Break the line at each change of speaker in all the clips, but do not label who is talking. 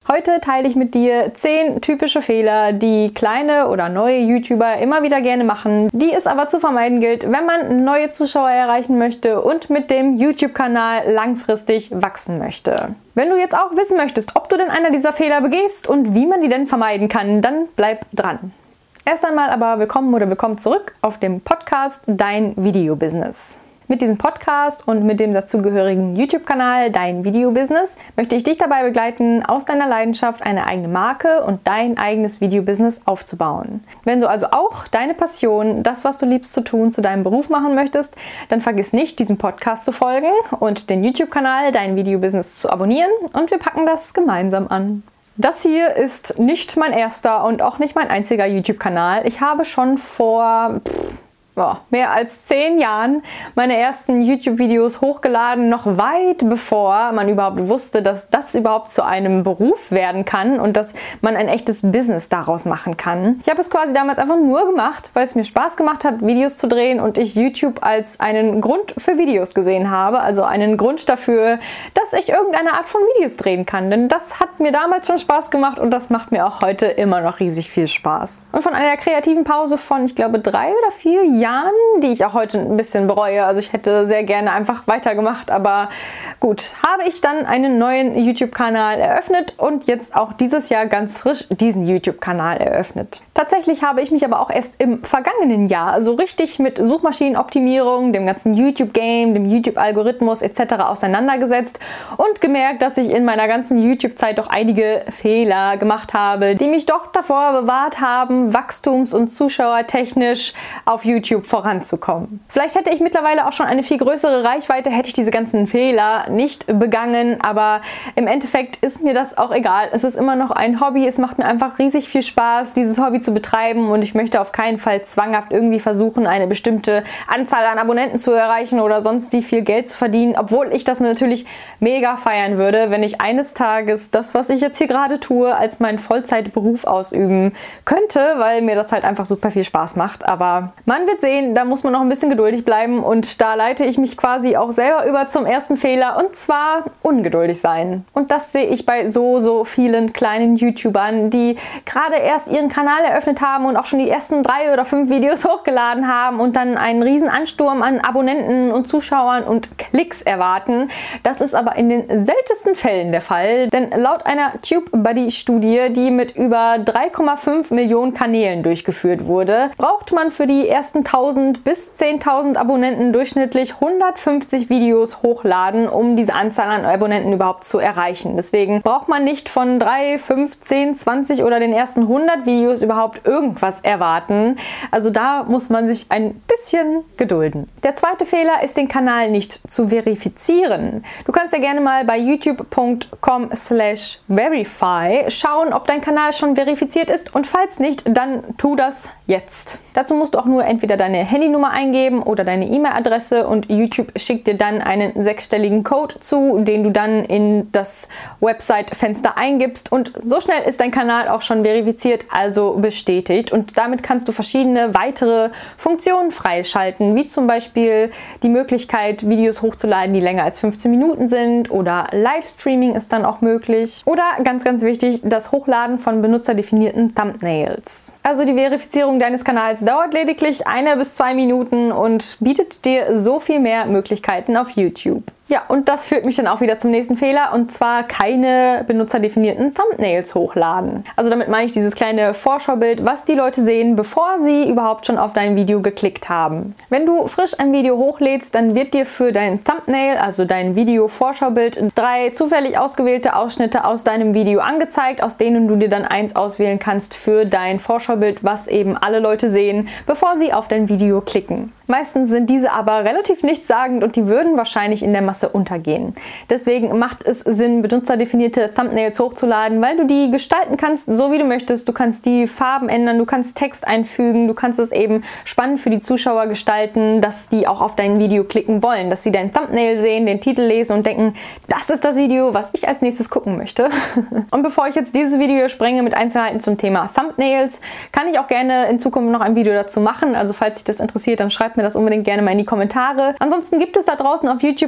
Heute teile ich mit dir 10 typische Fehler, die kleine oder neue YouTuber immer wieder gerne machen, die es aber zu vermeiden gilt, wenn man neue Zuschauer erreichen möchte und mit dem YouTube-Kanal langfristig wachsen möchte. Wenn du jetzt auch wissen möchtest, ob du denn einer dieser Fehler begehst und wie man die denn vermeiden kann, dann bleib dran. Erst einmal aber willkommen zurück auf dem Podcast Dein Video-Business. Mit diesem Podcast und mit dem dazugehörigen YouTube-Kanal Dein Video-Business möchte ich dich dabei begleiten, aus deiner Leidenschaft eine eigene Marke und dein eigenes Video-Business aufzubauen. Wenn du also auch deine Passion, das, was du liebst zu tun, zu deinem Beruf machen möchtest, dann vergiss nicht, diesem Podcast zu folgen und den YouTube-Kanal Dein Video-Business zu abonnieren und wir packen das gemeinsam an. Das hier ist nicht mein erster und auch nicht mein einziger YouTube-Kanal. Ich habe schon vor mehr als 10 Jahren meine ersten YouTube-Videos hochgeladen, noch weit bevor man überhaupt wusste, dass das überhaupt zu einem Beruf werden kann und dass man ein echtes Business daraus machen kann. Ich habe es quasi damals einfach nur gemacht, weil es mir Spaß gemacht hat, Videos zu drehen und ich YouTube als einen Grund für Videos gesehen habe, also einen Grund dafür, dass ich irgendeine Art von Videos drehen kann, denn das hat mir damals schon Spaß gemacht und das macht mir auch heute immer noch riesig viel Spaß. Und von einer kreativen Pause von, ich glaube, 3 oder 4 Jahren, die ich auch heute ein bisschen bereue. Also ich hätte sehr gerne einfach weitergemacht, aber gut, habe ich dann einen neuen YouTube-Kanal eröffnet und jetzt auch dieses Jahr ganz frisch diesen YouTube-Kanal eröffnet. Tatsächlich habe ich mich aber auch erst im vergangenen Jahr so richtig mit Suchmaschinenoptimierung, dem ganzen YouTube-Game, dem YouTube-Algorithmus etc. auseinandergesetzt und gemerkt, dass ich in meiner ganzen YouTube-Zeit doch einige Fehler gemacht habe, die mich doch davor bewahrt haben, wachstums- und zuschauertechnisch auf YouTube voranzukommen. Vielleicht hätte ich mittlerweile auch schon eine viel größere Reichweite, hätte ich diese ganzen Fehler nicht begangen, aber im Endeffekt ist mir das auch egal. Es ist immer noch ein Hobby, es macht mir einfach riesig viel Spaß, dieses Hobby zu betreiben und ich möchte auf keinen Fall zwanghaft irgendwie versuchen, eine bestimmte Anzahl an Abonnenten zu erreichen oder sonst wie viel Geld zu verdienen, obwohl ich das natürlich mega feiern würde, wenn ich eines Tages das, was ich jetzt hier gerade tue, als meinen Vollzeitberuf ausüben könnte, weil mir das halt einfach super viel Spaß macht, aber man wird sehen, da muss man noch ein bisschen geduldig bleiben und da leite ich mich quasi auch selber über zum ersten Fehler und zwar ungeduldig sein. Und das sehe ich bei so vielen kleinen YouTubern, die gerade erst ihren Kanal eröffnet haben und auch schon die ersten 3 oder 5 Videos hochgeladen haben und dann einen riesen Ansturm an Abonnenten und Zuschauern und Klicks erwarten. Das ist aber in den seltensten Fällen der Fall, denn laut einer TubeBuddy-Studie, die mit über 3,5 Millionen Kanälen durchgeführt wurde, braucht man für die ersten 1000 bis 10.000 Abonnenten durchschnittlich 150 Videos hochladen, um diese Anzahl an Abonnenten überhaupt zu erreichen. Deswegen braucht man nicht von 3, 5, 10, 20 oder den ersten 100 Videos überhaupt irgendwas erwarten. Also da muss man sich ein bisschen gedulden. Der zweite Fehler ist, den Kanal nicht zu verifizieren. Du kannst ja gerne mal bei youtube.com/verify schauen, ob dein Kanal schon verifiziert ist und falls nicht, dann tu das jetzt. Dazu musst du auch nur entweder deine Handynummer eingeben oder deine E-Mail-Adresse und YouTube schickt dir dann einen 6-stelligen Code zu, den du dann in das Website-Fenster eingibst und so schnell ist dein Kanal auch schon verifiziert, also bestätigt und damit kannst du verschiedene weitere Funktionen freischalten, wie zum Beispiel die Möglichkeit, Videos hochzuladen, die länger als 15 Minuten sind oder Livestreaming ist dann auch möglich oder ganz wichtig, das Hochladen von benutzerdefinierten Thumbnails. Also die Verifizierung deines Kanals dauert lediglich 1 bis 2 Minuten und bietet dir so viel mehr Möglichkeiten auf YouTube. Ja, und das führt mich dann auch wieder zum nächsten Fehler und zwar keine benutzerdefinierten Thumbnails hochladen. Also damit meine ich dieses kleine Vorschaubild, was die Leute sehen, bevor sie überhaupt schon auf dein Video geklickt haben. Wenn du frisch ein Video hochlädst, dann wird dir für dein Thumbnail, also dein Video-Vorschaubild, 3 zufällig ausgewählte Ausschnitte aus deinem Video angezeigt, aus denen du dir dann eins auswählen kannst für dein Vorschaubild, was eben alle Leute sehen, bevor sie auf dein Video klicken. Meistens sind diese aber relativ nichtssagend und die würden wahrscheinlich in der Masse untergehen. Deswegen macht es Sinn, benutzerdefinierte Thumbnails hochzuladen, weil du die gestalten kannst, so wie du möchtest. Du kannst die Farben ändern, du kannst Text einfügen, du kannst es eben spannend für die Zuschauer gestalten, dass die auch auf dein Video klicken wollen, dass sie dein Thumbnail sehen, den Titel lesen und denken, das ist das Video, was ich als nächstes gucken möchte. Und bevor ich jetzt dieses Video sprenge mit Einzelheiten zum Thema Thumbnails, kann ich auch gerne in Zukunft noch ein Video dazu machen. Also falls dich das interessiert, dann schreibt mir das unbedingt gerne mal in die Kommentare. Ansonsten gibt es da draußen auf YouTube auch schon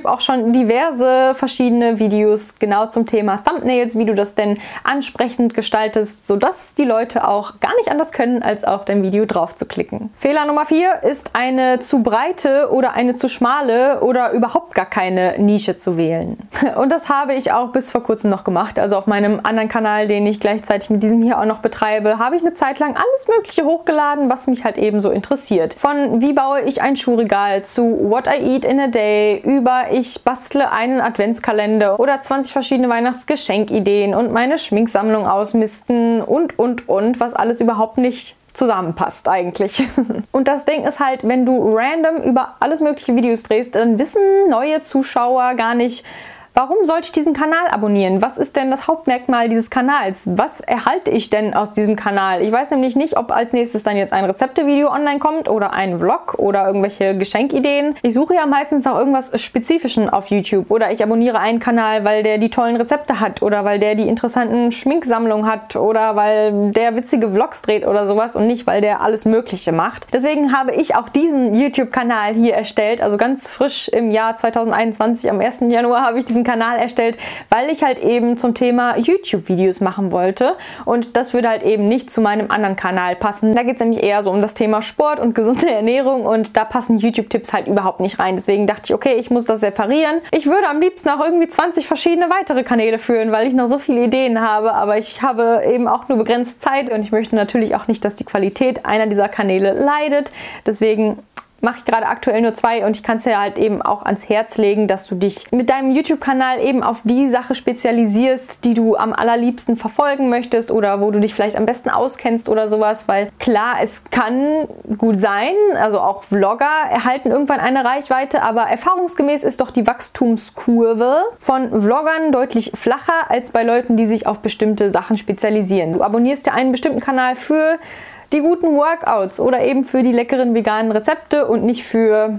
schon diverse verschiedene Videos genau zum Thema Thumbnails, wie du das denn ansprechend gestaltest, sodass die Leute auch gar nicht anders können, als auf dein Video drauf zu klicken. Fehler Nummer 4 ist eine zu breite oder eine zu schmale oder überhaupt gar keine Nische zu wählen. Und das habe ich auch bis vor kurzem noch gemacht. Also auf meinem anderen Kanal, den ich gleichzeitig mit diesem hier auch noch betreibe, habe ich eine Zeit lang alles Mögliche hochgeladen, was mich halt eben so interessiert. Von wie baue ich ein Schuhregal zu What I Eat in a Day über ich bastle einen Adventskalender oder 20 verschiedene Weihnachtsgeschenkideen und meine Schminksammlung ausmisten und, was alles überhaupt nicht zusammenpasst eigentlich. Und das Ding ist halt, wenn du random über alles mögliche Videos drehst, dann wissen neue Zuschauer gar nicht, warum sollte ich diesen Kanal abonnieren? Was ist denn das Hauptmerkmal dieses Kanals? Was erhalte ich denn aus diesem Kanal? Ich weiß nämlich nicht, ob als nächstes dann jetzt ein Rezeptevideo online kommt oder ein Vlog oder irgendwelche Geschenkideen. Ich suche ja meistens nach irgendwas Spezifischen auf YouTube oder ich abonniere einen Kanal, weil der die tollen Rezepte hat oder weil der die interessanten Schminksammlungen hat oder weil der witzige Vlogs dreht oder sowas und nicht, weil der alles Mögliche macht. Deswegen habe ich auch diesen YouTube-Kanal hier erstellt, also ganz frisch im Jahr 2021, am 1. Januar habe ich diesen Kanal erstellt, weil ich halt eben zum Thema YouTube-Videos machen wollte und das würde halt eben nicht zu meinem anderen Kanal passen. Da geht es nämlich eher so um das Thema Sport und gesunde Ernährung und da passen YouTube-Tipps halt überhaupt nicht rein. Deswegen dachte ich, okay, ich muss das separieren. Ich würde am liebsten auch irgendwie 20 verschiedene weitere Kanäle führen, weil ich noch so viele Ideen habe, aber ich habe eben auch nur begrenzt Zeit und ich möchte natürlich auch nicht, dass die Qualität einer dieser Kanäle leidet. Deswegen mache ich gerade aktuell nur 2 und ich kann es dir halt eben auch ans Herz legen, dass du dich mit deinem YouTube-Kanal eben auf die Sache spezialisierst, die du am allerliebsten verfolgen möchtest oder wo du dich vielleicht am besten auskennst oder sowas, weil klar, es kann gut sein, also auch Vlogger erhalten irgendwann eine Reichweite, aber erfahrungsgemäß ist doch die Wachstumskurve von Vloggern deutlich flacher als bei Leuten, die sich auf bestimmte Sachen spezialisieren. Du abonnierst dir einen bestimmten Kanal für die guten Workouts oder eben für die leckeren veganen Rezepte und nicht für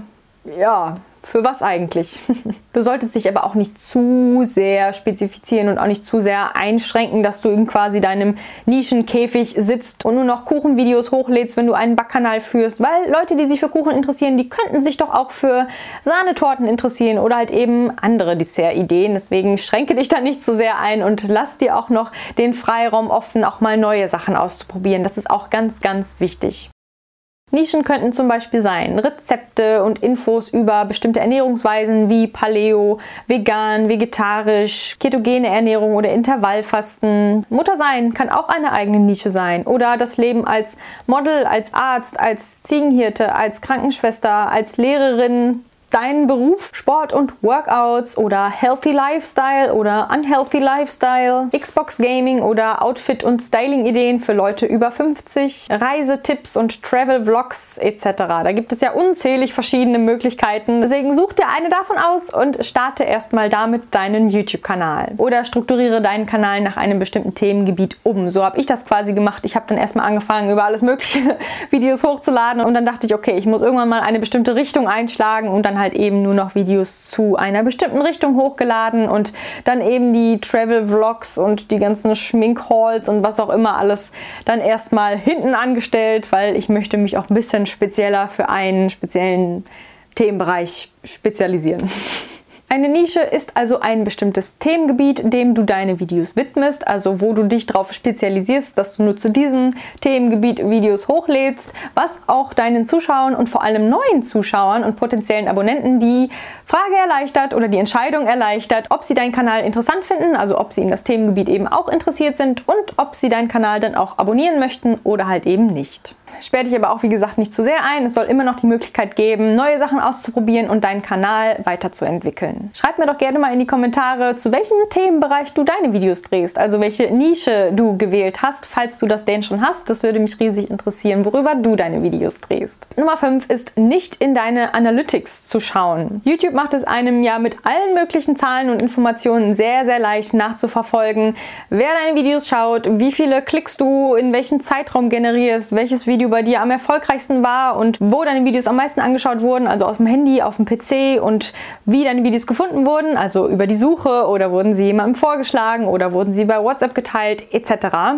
was eigentlich? Du solltest dich aber auch nicht zu sehr spezifizieren und auch nicht zu sehr einschränken, dass du in quasi deinem Nischenkäfig sitzt und nur noch Kuchenvideos hochlädst, wenn du einen Backkanal führst, weil Leute, die sich für Kuchen interessieren, die könnten sich doch auch für Sahnetorten interessieren oder halt eben andere Dessertideen. Deswegen schränke dich da nicht zu sehr ein und lass dir auch noch den Freiraum offen, auch mal neue Sachen auszuprobieren. Das ist auch ganz, ganz wichtig. Nischen könnten zum Beispiel sein Rezepte und Infos über bestimmte Ernährungsweisen wie Paleo, vegan, vegetarisch, ketogene Ernährung oder Intervallfasten. Mutter sein kann auch eine eigene Nische sein oder das Leben als Model, als Arzt, als Ziegenhirte, als Krankenschwester, als Lehrerin. Deinen Beruf, Sport und Workouts oder Healthy Lifestyle oder Unhealthy Lifestyle, Xbox Gaming oder Outfit- und Styling-Ideen für Leute über 50, Reisetipps und Travel-Vlogs etc. Da gibt es ja unzählig verschiedene Möglichkeiten. Deswegen such dir eine davon aus und starte erstmal damit deinen YouTube-Kanal. Oder strukturiere deinen Kanal nach einem bestimmten Themengebiet um. So habe ich das quasi gemacht. Ich habe dann erstmal angefangen, über alles mögliche Videos hochzuladen und dann dachte ich, okay, ich muss irgendwann mal eine bestimmte Richtung einschlagen und dann halt eben nur noch Videos zu einer bestimmten Richtung hochgeladen und dann eben die Travel-Vlogs und die ganzen Schmink-Hauls und was auch immer alles dann erstmal hinten angestellt, weil ich möchte mich auch ein bisschen spezieller für einen speziellen Themenbereich spezialisieren. Eine Nische ist also ein bestimmtes Themengebiet, dem du deine Videos widmest, also wo du dich darauf spezialisierst, dass du nur zu diesem Themengebiet Videos hochlädst, was auch deinen Zuschauern und vor allem neuen Zuschauern und potenziellen Abonnenten die Frage erleichtert oder die Entscheidung erleichtert, ob sie deinen Kanal interessant finden, also ob sie in das Themengebiet eben auch interessiert sind und ob sie deinen Kanal dann auch abonnieren möchten oder halt eben nicht. Sperr dich aber auch, wie gesagt, nicht zu sehr ein. Es soll immer noch die Möglichkeit geben, neue Sachen auszuprobieren und deinen Kanal weiterzuentwickeln. Schreib mir doch gerne mal in die Kommentare, zu welchem Themenbereich du deine Videos drehst, also welche Nische du gewählt hast, falls du das denn schon hast. Das würde mich riesig interessieren, worüber du deine Videos drehst. Nummer 5 ist, nicht in deine Analytics zu schauen. YouTube macht es einem ja mit allen möglichen Zahlen und Informationen sehr, sehr leicht nachzuverfolgen, wer deine Videos schaut, wie viele Klicks du in welchem Zeitraum generierst, welches Video bei dir am erfolgreichsten war und wo deine Videos am meisten angeschaut wurden, also aus dem Handy, auf dem PC und wie deine Videos gefunden wurden, also über die Suche oder wurden sie jemandem vorgeschlagen oder wurden sie bei WhatsApp geteilt etc.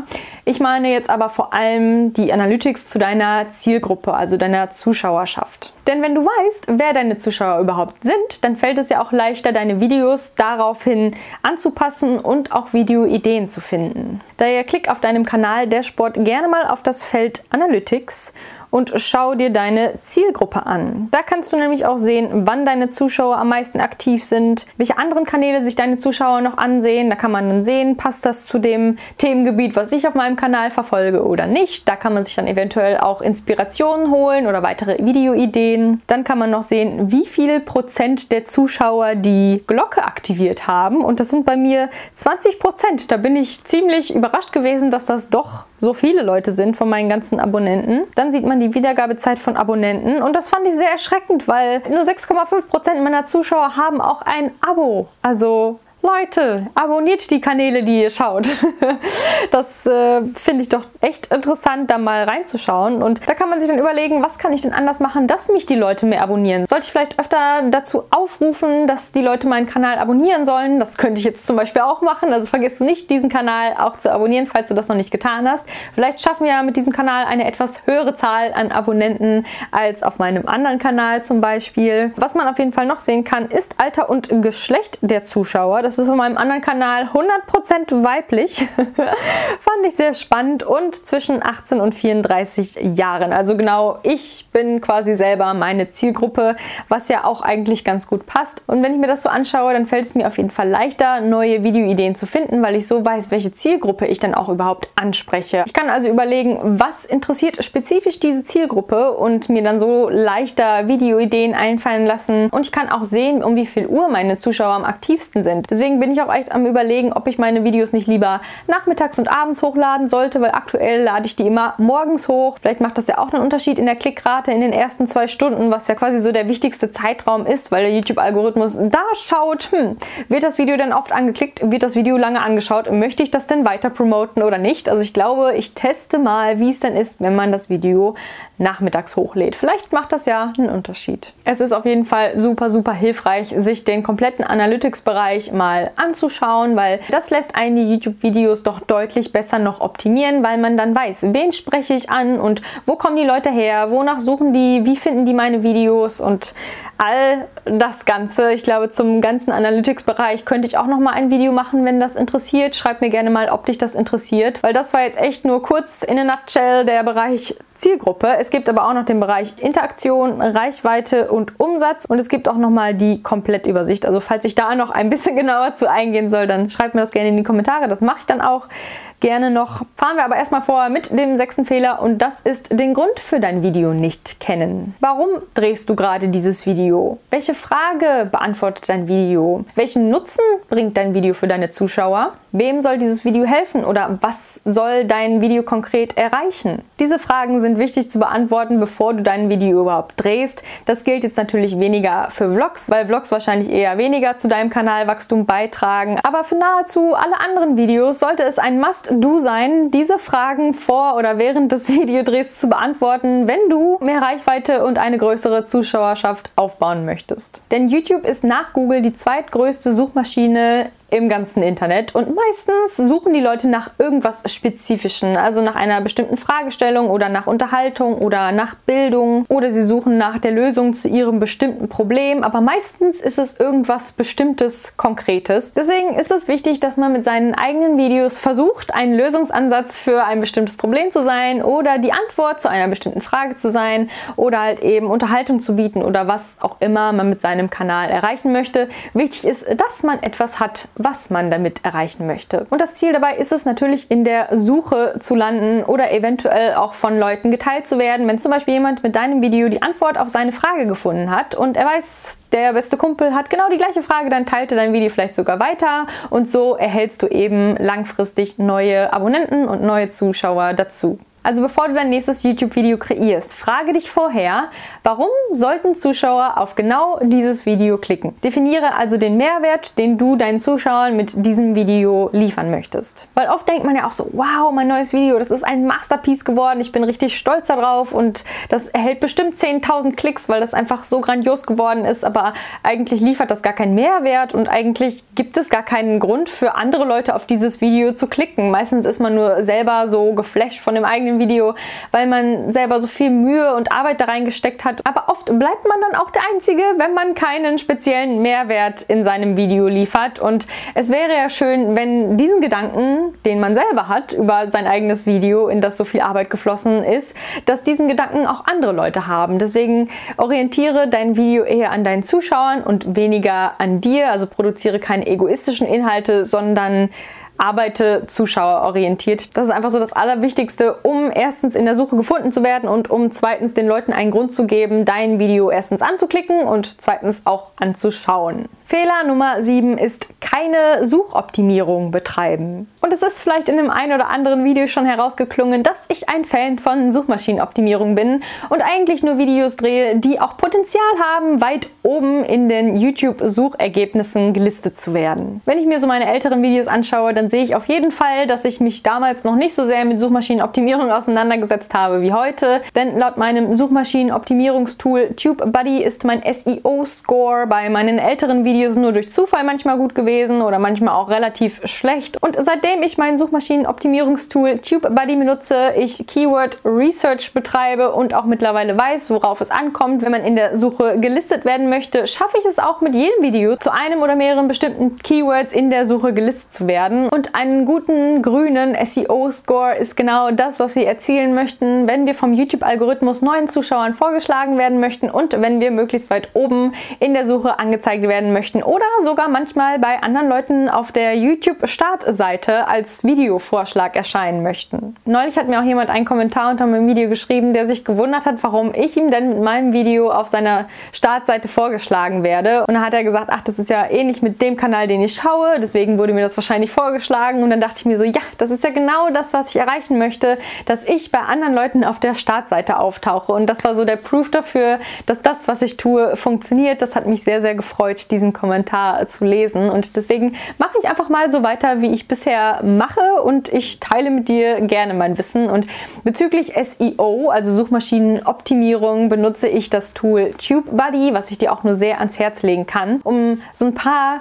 Ich meine jetzt aber vor allem die Analytics zu deiner Zielgruppe, also deiner Zuschauerschaft. Denn wenn du weißt, wer deine Zuschauer überhaupt sind, dann fällt es ja auch leichter, deine Videos daraufhin anzupassen und auch Videoideen zu finden. Daher klick auf deinem Kanal Dashboard gerne mal auf das Feld Analytics und schau dir deine Zielgruppe an. Da kannst du nämlich auch sehen, wann deine Zuschauer am meisten aktiv sind, welche anderen Kanäle sich deine Zuschauer noch ansehen. Da kann man dann sehen, passt das zu dem Themengebiet, was ich auf meinem Kanal verfolge oder nicht. Da kann man sich dann eventuell auch Inspirationen holen oder weitere Videoideen. Dann kann man noch sehen, wie viel Prozent der Zuschauer die Glocke aktiviert haben. Und das sind bei mir 20%. Da bin ich ziemlich überrascht gewesen, dass das doch so viele Leute sind von meinen ganzen Abonnenten. Dann sieht man die Wiedergabezeit von Abonnenten und das fand ich sehr erschreckend, weil nur 6,5% meiner Zuschauer haben auch ein Abo. Also Leute, abonniert die Kanäle, die ihr schaut. Das finde ich doch echt interessant, da mal reinzuschauen. Und da kann man sich dann überlegen, was kann ich denn anders machen, dass mich die Leute mehr abonnieren? Sollte ich vielleicht öfter dazu aufrufen, dass die Leute meinen Kanal abonnieren sollen? Das könnte ich jetzt zum Beispiel auch machen. Also vergiss nicht, diesen Kanal auch zu abonnieren, falls du das noch nicht getan hast. Vielleicht schaffen wir mit diesem Kanal eine etwas höhere Zahl an Abonnenten als auf meinem anderen Kanal zum Beispiel. Was man auf jeden Fall noch sehen kann, ist Alter und Geschlecht der Zuschauer. Das ist auf meinem anderen Kanal 100% weiblich. Fand ich sehr spannend und zwischen 18 und 34 Jahren. Also genau, ich bin quasi selber meine Zielgruppe, was ja auch eigentlich ganz gut passt. Und wenn ich mir das so anschaue, dann fällt es mir auf jeden Fall leichter, neue Videoideen zu finden, weil ich so weiß, welche Zielgruppe ich dann auch überhaupt anspreche. Ich kann also überlegen, was interessiert spezifisch diese Zielgruppe und mir dann so leichter Videoideen einfallen lassen. Und ich kann auch sehen, um wie viel Uhr meine Zuschauer am aktivsten sind. Deswegen bin ich auch echt am Überlegen, ob ich meine Videos nicht lieber nachmittags und abends hochladen sollte, weil aktuell lade ich die immer morgens hoch. Vielleicht macht das ja auch einen Unterschied in der Klickrate in den ersten 2 Stunden, was ja quasi so der wichtigste Zeitraum ist, weil der YouTube-Algorithmus da schaut, wird das Video dann oft angeklickt, wird das Video lange angeschaut, möchte ich das denn weiter promoten oder nicht? Also ich glaube, ich teste mal, wie es denn ist, wenn man das Video nachmittags hochlädt. Vielleicht macht das ja einen Unterschied. Es ist auf jeden Fall super, super hilfreich, sich den kompletten Analytics-Bereich mal anzuschauen, weil das lässt einen die YouTube-Videos doch deutlich besser noch optimieren, weil man dann weiß, wen spreche ich an und wo kommen die Leute her, wonach suchen die, wie finden die meine Videos und all das Ganze. Ich glaube, zum ganzen Analytics-Bereich könnte ich auch noch mal ein Video machen, wenn das interessiert. Schreibt mir gerne mal, ob dich das interessiert, weil das war jetzt echt nur kurz in a nutshell der Bereich Zielgruppe. Es gibt aber auch noch den Bereich Interaktion, Reichweite und Umsatz und es gibt auch nochmal die Komplettübersicht. Also falls ich da noch ein bisschen genauer zu eingehen soll, dann schreibt mir das gerne in die Kommentare. Das mache ich dann auch gerne noch. Fahren wir aber erstmal vor mit dem 6. Fehler und das ist den Grund für dein Video nicht kennen. Warum drehst du gerade dieses Video? Welche Frage beantwortet dein Video? Welchen Nutzen bringt dein Video für deine Zuschauer? Wem soll dieses Video helfen oder was soll dein Video konkret erreichen? Diese Fragen sind wichtig zu beantworten, bevor du dein Video überhaupt drehst. Das gilt jetzt natürlich weniger für Vlogs, weil Vlogs wahrscheinlich eher weniger zu deinem Kanalwachstum beitragen. Aber für nahezu alle anderen Videos sollte es ein Must-Do sein, diese Fragen vor oder während des Videodrehs zu beantworten, wenn du mehr Reichweite und eine größere Zuschauerschaft aufbauen möchtest. Denn YouTube ist nach Google die zweitgrößte Suchmaschine im ganzen Internet und meistens suchen die Leute nach irgendwas Spezifischen, also nach einer bestimmten Fragestellung oder nach Unterhaltung oder nach Bildung oder sie suchen nach der Lösung zu ihrem bestimmten Problem, aber meistens ist es irgendwas Bestimmtes, Konkretes. Deswegen ist es wichtig, dass man mit seinen eigenen Videos versucht, ein Lösungsansatz für ein bestimmtes Problem zu sein oder die Antwort zu einer bestimmten Frage zu sein oder halt eben Unterhaltung zu bieten oder was auch immer man mit seinem Kanal erreichen möchte. Wichtig ist, dass man etwas hat, was man damit erreichen möchte. Und das Ziel dabei ist es natürlich, in der Suche zu landen oder eventuell auch von Leuten geteilt zu werden. Wenn zum Beispiel jemand mit deinem Video die Antwort auf seine Frage gefunden hat und er weiß, der beste Kumpel hat genau die gleiche Frage, dann teilt er dein Video vielleicht sogar weiter und so erhältst du eben langfristig neue Abonnenten und neue Zuschauer dazu. Also bevor du dein nächstes YouTube-Video kreierst, frage dich vorher, warum sollten Zuschauer auf genau dieses Video klicken? Definiere also den Mehrwert, den du deinen Zuschauern mit diesem Video liefern möchtest. Weil oft denkt man ja auch so, wow, mein neues Video, das ist ein Masterpiece geworden, ich bin richtig stolz darauf und das erhält bestimmt 10.000 Klicks, weil das einfach so grandios geworden ist, aber eigentlich liefert das gar keinen Mehrwert und eigentlich gibt es gar keinen Grund für andere Leute auf dieses Video zu klicken. Meistens ist man nur selber so geflasht von dem eigenen Video, weil man selber so viel Mühe und Arbeit da reingesteckt hat. Aber oft bleibt man dann auch der Einzige, wenn man keinen speziellen Mehrwert in seinem Video liefert. Und es wäre ja schön, wenn diesen Gedanken, den man selber hat über sein eigenes Video, in das so viel Arbeit geflossen ist, dass diesen Gedanken auch andere Leute haben. Deswegen orientiere dein Video eher an deinen Zuschauern und weniger an dir. Also produziere keine egoistischen Inhalte, sondern arbeite zuschauerorientiert. Das ist einfach so das Allerwichtigste, um erstens in der Suche gefunden zu werden und um zweitens den Leuten einen Grund zu geben, dein Video erstens anzuklicken und zweitens auch anzuschauen. Fehler Nummer 7 ist keine Suchoptimierung betreiben. Und es ist vielleicht in dem einen oder anderen Video schon herausgeklungen, dass ich ein Fan von Suchmaschinenoptimierung bin und eigentlich nur Videos drehe, die auch Potenzial haben, weit oben in den YouTube-Suchergebnissen gelistet zu werden. Wenn ich mir so meine älteren Videos anschaue, dann sehe ich auf jeden Fall, dass ich mich damals noch nicht so sehr mit Suchmaschinenoptimierung auseinandergesetzt habe wie heute. Denn laut meinem Suchmaschinenoptimierungstool TubeBuddy ist mein SEO-Score bei meinen älteren Videos nur durch Zufall manchmal gut gewesen oder manchmal auch relativ schlecht. Und seitdem ich mein Suchmaschinenoptimierungstool TubeBuddy benutze, ich Keyword Research betreibe und auch mittlerweile weiß, worauf es ankommt, wenn man in der Suche gelistet werden möchte, schaffe ich es auch mit jedem Video zu einem oder mehreren bestimmten Keywords in der Suche gelistet zu werden. Und einen guten grünen SEO-Score ist genau das, was wir erzielen möchten, wenn wir vom YouTube-Algorithmus neuen Zuschauern vorgeschlagen werden möchten und wenn wir möglichst weit oben in der Suche angezeigt werden möchten oder sogar manchmal bei anderen Leuten auf der YouTube-Startseite als Videovorschlag erscheinen möchten. Neulich hat mir auch jemand einen Kommentar unter meinem Video geschrieben, der sich gewundert hat, warum ich ihm denn mit meinem Video auf seiner Startseite vorgeschlagen werde. Und dann hat er gesagt, ach, das ist ja ähnlich mit dem Kanal, den ich schaue, deswegen wurde mir das wahrscheinlich vorgeschlagen. Und dann dachte ich mir so, ja, das ist ja genau das, was ich erreichen möchte, dass ich bei anderen Leuten auf der Startseite auftauche. Und das war so der Proof dafür, dass das, was ich tue, funktioniert. Das hat mich sehr, sehr gefreut, diesen Kommentar zu lesen. Und deswegen mache ich einfach mal so weiter, wie ich bisher mache und ich teile mit dir gerne mein Wissen. Und bezüglich SEO, also Suchmaschinenoptimierung, benutze ich das Tool TubeBuddy, was ich dir auch nur sehr ans Herz legen kann, um so ein paar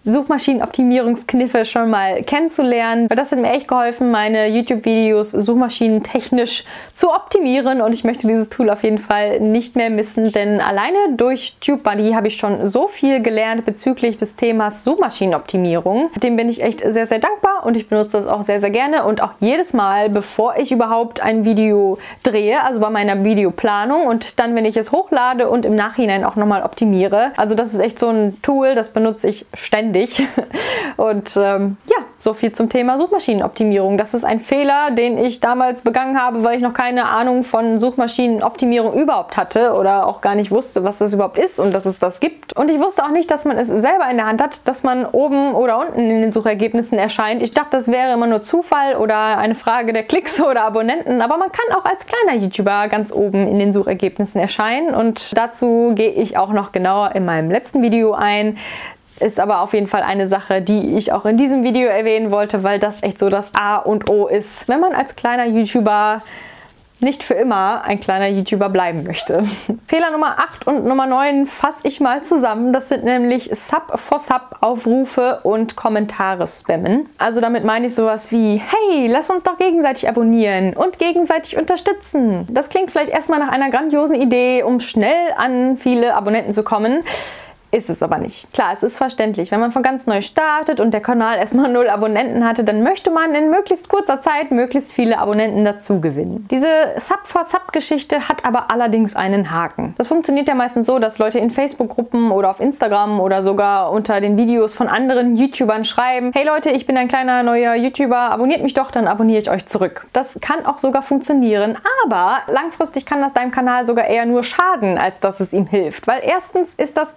Suchmaschinenoptimierungskniffe schon mal kennenzulernen, weil das hat mir echt geholfen, meine YouTube-Videos suchmaschinentechnisch zu optimieren und ich möchte dieses Tool auf jeden Fall nicht mehr missen, denn alleine durch TubeBuddy habe ich schon so viel gelernt bezüglich des Themas Suchmaschinenoptimierung. Dem bin ich echt sehr, sehr dankbar und ich benutze das auch sehr, sehr gerne und auch jedes Mal, bevor ich überhaupt ein Video drehe, also bei meiner Videoplanung und dann, wenn ich es hochlade und im Nachhinein auch nochmal optimiere. Also das ist echt so ein Tool, das benutze ich ständig. Und ja, so viel zum Thema Suchmaschinenoptimierung. Das ist ein Fehler, den ich damals begangen habe, weil ich noch keine Ahnung von Suchmaschinenoptimierung überhaupt hatte oder auch gar nicht wusste, was das überhaupt ist und dass es das gibt. Und ich wusste auch nicht, dass man es selber in der Hand hat, dass man oben oder unten in den Suchergebnissen erscheint. Ich dachte, das wäre immer nur Zufall oder eine Frage der Klicks oder Abonnenten, aber man kann auch als kleiner YouTuber ganz oben in den Suchergebnissen erscheinen und dazu gehe ich auch noch genauer in meinem letzten Video ein. Ist aber auf jeden Fall eine Sache, die ich auch in diesem Video erwähnen wollte, weil das echt so das A und O ist, wenn man als kleiner YouTuber nicht für immer ein kleiner YouTuber bleiben möchte. Fehler Nummer 8 und Nummer 9 fasse ich mal zusammen. Das sind nämlich Sub-for-Sub-Aufrufe und Kommentare spammen. Also damit meine ich sowas wie, hey, lass uns doch gegenseitig abonnieren und gegenseitig unterstützen. Das klingt vielleicht erstmal nach einer grandiosen Idee, um schnell an viele Abonnenten zu kommen. Ist es aber nicht. Klar, es ist verständlich. Wenn man von ganz neu startet und der Kanal erstmal 0 Abonnenten hatte, dann möchte man in möglichst kurzer Zeit möglichst viele Abonnenten dazu gewinnen. Diese Sub-for-Sub-Geschichte hat aber allerdings einen Haken. Das funktioniert ja meistens so, dass Leute in Facebook-Gruppen oder auf Instagram oder sogar unter den Videos von anderen YouTubern schreiben, hey Leute, ich bin ein kleiner neuer YouTuber, abonniert mich doch, dann abonniere ich euch zurück. Das kann auch sogar funktionieren, aber langfristig kann das deinem Kanal sogar eher nur schaden, als dass es ihm hilft. Weil erstens ist das gegen die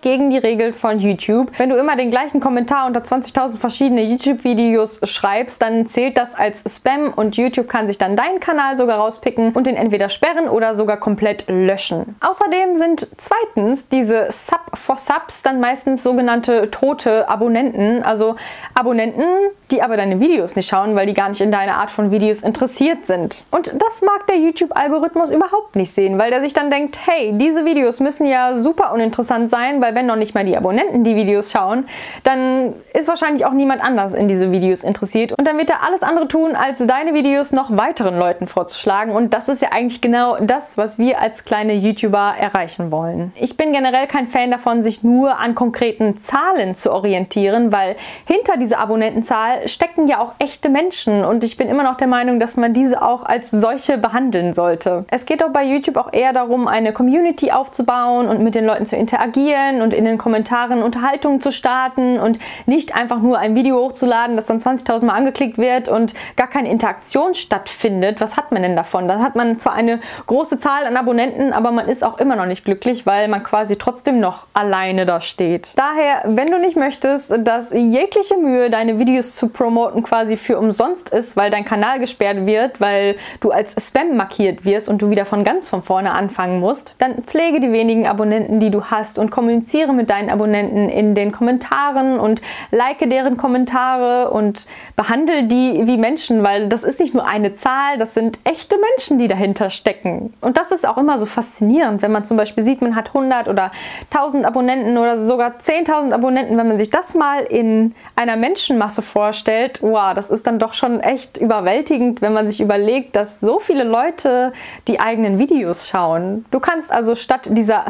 Regel von YouTube. Wenn du immer den gleichen Kommentar unter 20.000 verschiedene YouTube-Videos schreibst, dann zählt das als Spam und YouTube kann sich dann deinen Kanal sogar rauspicken und den entweder sperren oder sogar komplett löschen. Außerdem sind zweitens diese Sub for Subs dann meistens sogenannte tote Abonnenten, also Abonnenten, die aber deine Videos nicht schauen, weil die gar nicht in deine Art von Videos interessiert sind. Und das mag der YouTube-Algorithmus überhaupt nicht sehen, weil der sich dann denkt, hey, diese Videos müssen ja super uninteressant sein, weil wenn noch nicht mal die Abonnenten die Videos schauen, dann ist wahrscheinlich auch niemand anders in diese Videos interessiert und dann wird er alles andere tun, als deine Videos noch weiteren Leuten vorzuschlagen und das ist ja eigentlich genau das, was wir als kleine YouTuber erreichen wollen. Ich bin generell kein Fan davon, sich nur an konkreten Zahlen zu orientieren, weil hinter dieser Abonnentenzahl stecken ja auch echte Menschen und ich bin immer noch der Meinung, dass man diese auch als solche behandeln sollte. Es geht doch bei YouTube auch eher darum, eine Community aufzubauen und mit den Leuten zu interagieren und in den Kommentaren Unterhaltungen zu starten und nicht einfach nur ein Video hochzuladen, das dann 20.000 Mal angeklickt wird und gar keine Interaktion stattfindet. Was hat man denn davon? Da hat man zwar eine große Zahl an Abonnenten, aber man ist auch immer noch nicht glücklich, weil man quasi trotzdem noch alleine da steht. Daher, wenn du nicht möchtest, dass jegliche Mühe, deine Videos zu promoten, quasi für umsonst ist, weil dein Kanal gesperrt wird, weil du als Spam markiert wirst und du wieder von vorne anfangen musst, dann pflege die wenigen Abonnenten, die du hast und kommuniziere mit deinen Abonnenten in den Kommentaren und like deren Kommentare und behandle die wie Menschen, weil das ist nicht nur eine Zahl, das sind echte Menschen, die dahinter stecken. Und das ist auch immer so faszinierend, wenn man zum Beispiel sieht, man hat 100 oder 1000 Abonnenten oder sogar 10.000 Abonnenten, wenn man sich das mal in einer Menschenmasse vorstellt, wow, das ist dann doch schon echt überwältigend, wenn man sich überlegt, dass so viele Leute die eigenen Videos schauen. Du kannst also statt dieser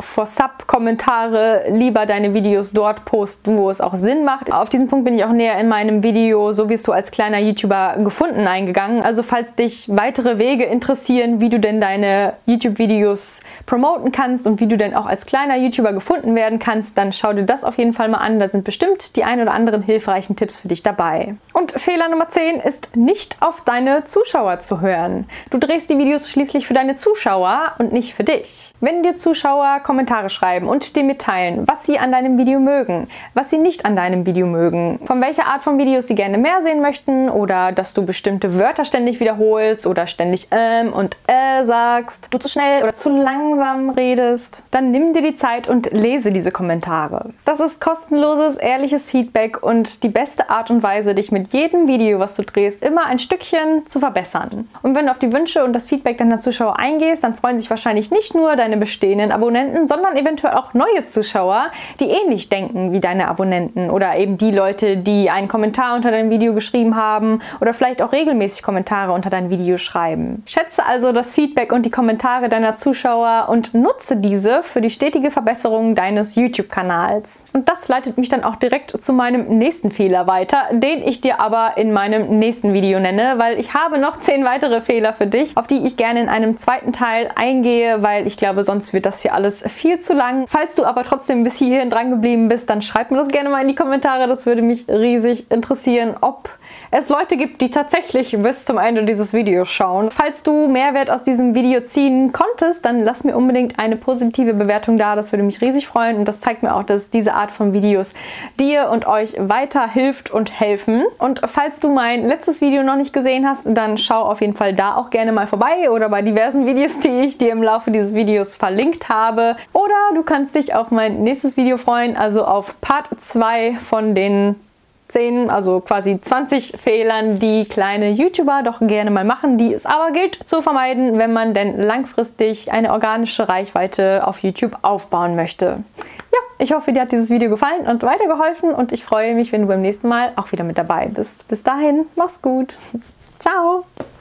Sub-for-Sub-Kommentare lieber deine Videos dort posten, wo es auch Sinn macht. Auf diesen Punkt bin ich auch näher in meinem Video "So wirst du als kleiner YouTuber gefunden" eingegangen. Also falls dich weitere Wege interessieren, wie du denn deine YouTube-Videos promoten kannst und wie du denn auch als kleiner YouTuber gefunden werden kannst, dann schau dir das auf jeden Fall mal an. Da sind bestimmt die ein oder anderen hilfreichen Tipps für dich dabei. Und Fehler Nummer 10 ist, nicht auf deine Zuschauer zu hören. Du drehst die Videos schließlich für deine Zuschauer und nicht für dich. Wenn dir Zuschauer Kommentare schreiben und dir mitteilen, was sie an deinem Video mögen, was sie nicht an deinem Video mögen, von welcher Art von Videos sie gerne mehr sehen möchten oder dass du bestimmte Wörter ständig wiederholst oder ständig und sagst, du zu schnell oder zu langsam redest, dann nimm dir die Zeit und lese diese Kommentare. Das ist kostenloses, ehrliches Feedback und die beste Art und Weise, dich mit jedem Video, was du drehst, immer ein Stückchen zu verbessern. Und wenn du auf die Wünsche und das Feedback deiner Zuschauer eingehst, dann freuen sich wahrscheinlich nicht nur deine bestehenden Abonnenten, sondern eventuell auch neue Zuschauer, die ähnlich denken wie deine Abonnenten oder eben die Leute, die einen Kommentar unter dein Video geschrieben haben oder vielleicht auch regelmäßig Kommentare unter dein Video schreiben. Schätze also das Feedback und die Kommentare deiner Zuschauer und nutze diese für die stetige Verbesserung deines YouTube-Kanals. Und das leitet mich dann auch direkt zu meinem nächsten Fehler weiter, den ich dir aber in meinem nächsten Video nenne, weil ich habe noch 10 weitere Fehler für dich, auf die ich gerne in einem zweiten Teil eingehe, weil ich glaube, sonst wird das hier alles viel zu lang. Falls du aber trotzdem bis hierhin dran geblieben bist, dann schreib mir das gerne mal in die Kommentare. Das würde mich riesig interessieren, ob es Leute gibt, die tatsächlich bis zum Ende dieses Videos schauen. Falls du Mehrwert aus diesem Video ziehen konntest, dann lass mir unbedingt eine positive Bewertung da. Das würde mich riesig freuen und das zeigt mir auch, dass diese Art von Videos dir und euch weiterhilft und helfen. Und falls du mein letztes Video noch nicht gesehen hast, dann schau auf jeden Fall da auch gerne mal vorbei oder bei diversen Videos, die ich dir im Laufe dieses Videos verlinkt habe. Oder du kannst dich auf mein nächstes Video freuen, also auf Part 2 von den 10, also quasi 20 Fehlern, die kleine YouTuber doch gerne mal machen, die es aber gilt zu vermeiden, wenn man denn langfristig eine organische Reichweite auf YouTube aufbauen möchte. Ja, ich hoffe, dir hat dieses Video gefallen und weitergeholfen und ich freue mich, wenn du beim nächsten Mal auch wieder mit dabei bist. Bis dahin, mach's gut. Ciao!